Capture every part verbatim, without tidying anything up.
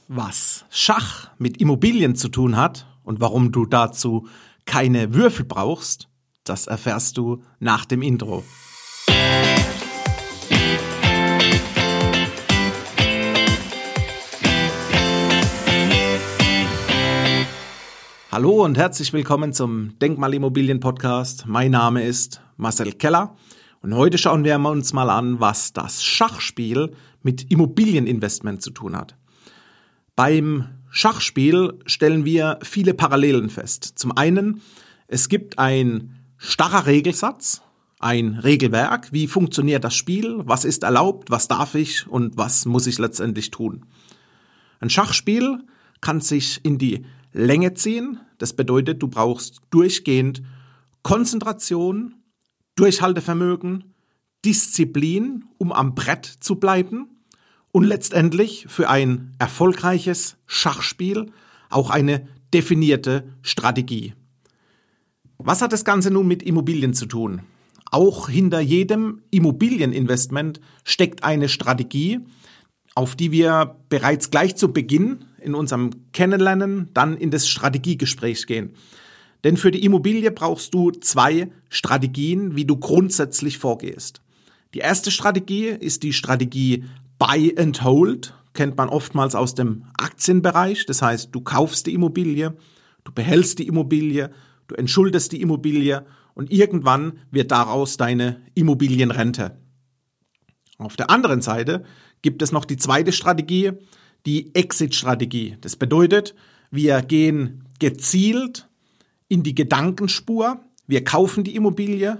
Was Schach mit Immobilien zu tun hat und warum du dazu keine Würfel brauchst, das erfährst du nach dem Intro. Hallo und herzlich willkommen zum Denkmalimmobilien-Podcast. Mein Name ist Marcel Keller und heute schauen wir uns mal an, was das Schachspiel mit Immobilieninvestment zu tun hat. Beim Schachspiel stellen wir viele Parallelen fest. Zum einen, es gibt ein starrer Regelsatz, ein Regelwerk. Wie funktioniert das Spiel? Was ist erlaubt? Was darf ich? Und was muss ich letztendlich tun? Ein Schachspiel kann sich in die Länge ziehen. Das bedeutet, du brauchst durchgehend Konzentration, Durchhaltevermögen, Disziplin, um am Brett zu bleiben. Und letztendlich für ein erfolgreiches Schachspiel auch eine definierte Strategie. Was hat das Ganze nun mit Immobilien zu tun? Auch hinter jedem Immobilieninvestment steckt eine Strategie, auf die wir bereits gleich zu Beginn in unserem Kennenlernen dann in das Strategiegespräch gehen. Denn für die Immobilie brauchst du zwei Strategien, wie du grundsätzlich vorgehst. Die erste Strategie ist die Strategie Buy and Hold, kennt man oftmals aus dem Aktienbereich. Das heißt, du kaufst die Immobilie, du behältst die Immobilie, du entschuldest die Immobilie und irgendwann wird daraus deine Immobilienrente. Auf der anderen Seite gibt es noch die zweite Strategie, die Exit-Strategie. Das bedeutet, wir gehen gezielt in die Gedankenspur, wir kaufen die Immobilie,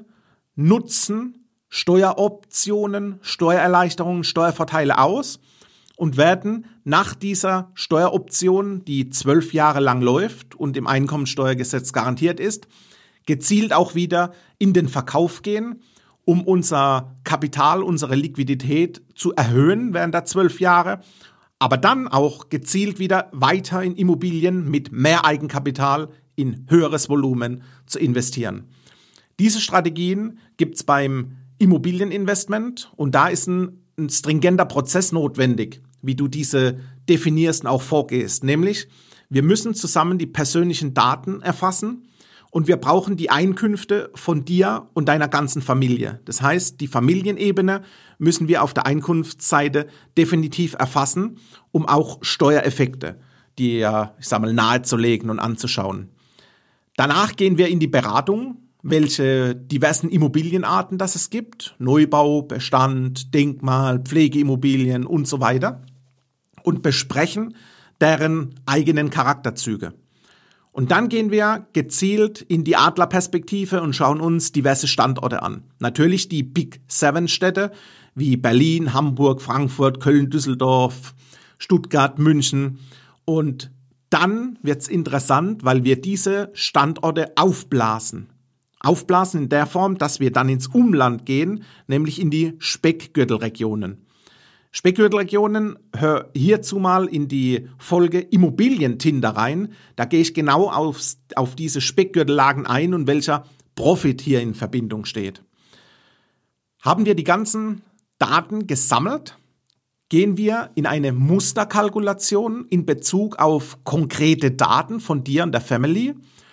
nutzen Steueroptionen, Steuererleichterungen, Steuervorteile aus und werden nach dieser Steueroption, die zwölf Jahre lang läuft und im Einkommensteuergesetz garantiert ist, gezielt auch wieder in den Verkauf gehen, um unser Kapital, unsere Liquidität zu erhöhen während der zwölf Jahre, aber dann auch gezielt wieder weiter in Immobilien mit mehr Eigenkapital in höheres Volumen zu investieren. Diese Strategien gibt's beim Immobilieninvestment und da ist ein, ein stringenter Prozess notwendig, wie du diese definierst und auch vorgehst. Nämlich, wir müssen zusammen die persönlichen Daten erfassen und wir brauchen die Einkünfte von dir und deiner ganzen Familie. Das heißt, die Familienebene müssen wir auf der Einkunftsseite definitiv erfassen, um auch Steuereffekte, die ja, ich sag mal, nahezulegen und anzuschauen. Danach gehen wir in die Beratung, welche diversen Immobilienarten das es gibt, Neubau, Bestand, Denkmal, Pflegeimmobilien und so weiter und besprechen deren eigenen Charakterzüge. Und dann gehen wir gezielt in die Adlerperspektive und schauen uns diverse Standorte an. Natürlich die Big Seven Städte wie Berlin, Hamburg, Frankfurt, Köln, Düsseldorf, Stuttgart, München und dann wird's interessant, weil wir diese Standorte aufblasen. Aufblasen in der Form, dass wir dann ins Umland gehen, nämlich in die Speckgürtelregionen. Speckgürtelregionen, hör hierzu mal in die Folge Immobilientinder rein. Da gehe ich genau auf, auf diese Speckgürtellagen ein und welcher Profit hier in Verbindung steht. Haben wir die ganzen Daten gesammelt, gehen wir in eine Musterkalkulation in Bezug auf konkrete Daten von dir und der Family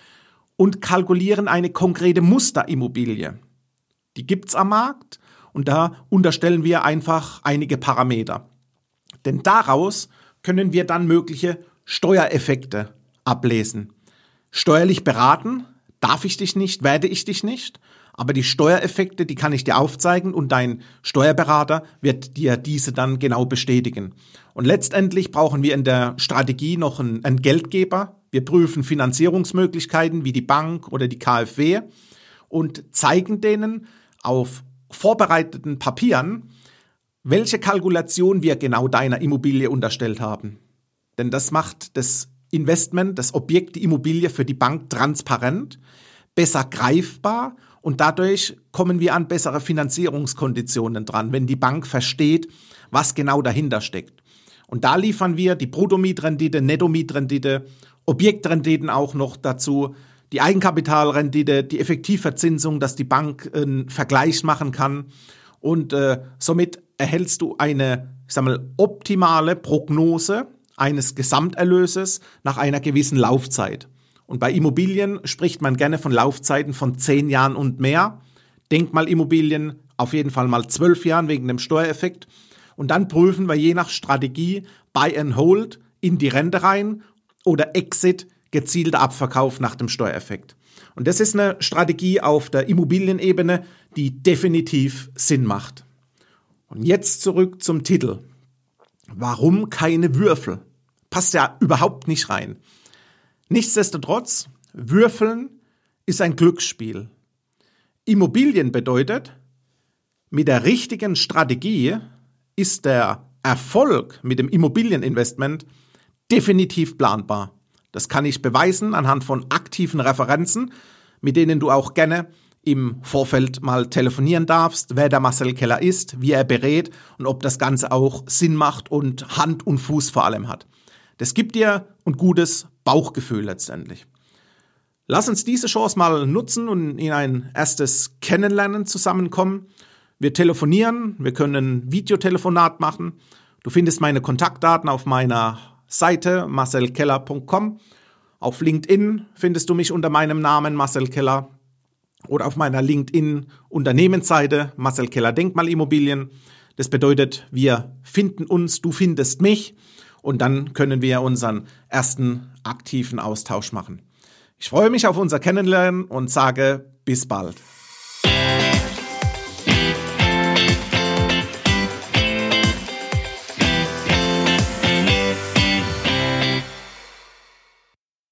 und kalkulieren eine konkrete Musterimmobilie. Die gibt's am Markt und da unterstellen wir einfach einige Parameter. Denn daraus können wir dann mögliche Steuereffekte ablesen. Steuerlich beraten darf ich dich nicht, werde ich dich nicht, aber die Steuereffekte, die kann ich dir aufzeigen und dein Steuerberater wird dir diese dann genau bestätigen. Und letztendlich brauchen wir in der Strategie noch einen, einen Geldgeber. Wir prüfen Finanzierungsmöglichkeiten wie die Bank oder die K f W und zeigen denen auf vorbereiteten Papieren, welche Kalkulation wir genau deiner Immobilie unterstellt haben. Denn das macht das Investment, das Objekt, die Immobilie für die Bank transparent, besser greifbar und dadurch kommen wir an bessere Finanzierungskonditionen dran, wenn die Bank versteht, was genau dahinter steckt. Und da liefern wir die Bruttomietrendite, Nettomietrendite, Objektrenditen auch noch dazu, die Eigenkapitalrendite, die Effektivverzinsung, dass die Bank einen Vergleich machen kann und äh, somit erhältst du eine, ich sag mal, optimale Prognose eines Gesamterlöses nach einer gewissen Laufzeit. Und bei Immobilien spricht man gerne von Laufzeiten von zehn Jahren und mehr. Denkmalimmobilien auf jeden Fall mal zwölf Jahren wegen dem Steuereffekt. Und dann prüfen wir je nach Strategie Buy and Hold in die Rente rein oder Exit, gezielter Abverkauf nach dem Steuereffekt. Und das ist eine Strategie auf der Immobilienebene, die definitiv Sinn macht. Und jetzt zurück zum Titel. Warum keine Würfel? Passt ja überhaupt nicht rein. Nichtsdestotrotz, Würfeln ist ein Glücksspiel. Immobilien bedeutet, mit der richtigen Strategie ist der Erfolg mit dem Immobilieninvestment definitiv planbar. Das kann ich beweisen anhand von aktiven Referenzen, mit denen du auch gerne im Vorfeld mal telefonieren darfst, wer der Marcel Keller ist, wie er berät und ob das Ganze auch Sinn macht und Hand und Fuß vor allem hat. Das gibt dir ein gutes Bauchgefühl letztendlich. Lass uns diese Chance mal nutzen und in ein erstes Kennenlernen zusammenkommen. Wir telefonieren, wir können ein Videotelefonat machen. Du findest meine Kontaktdaten auf meiner Seite marcel keller punkt com. Auf LinkedIn findest du mich unter meinem Namen Marcel Keller oder auf meiner LinkedIn-Unternehmensseite Marcel Keller Denkmalimmobilien. Das bedeutet, wir finden uns, du findest mich und dann können wir unseren ersten aktiven Austausch machen. Ich freue mich auf unser Kennenlernen und sage bis bald.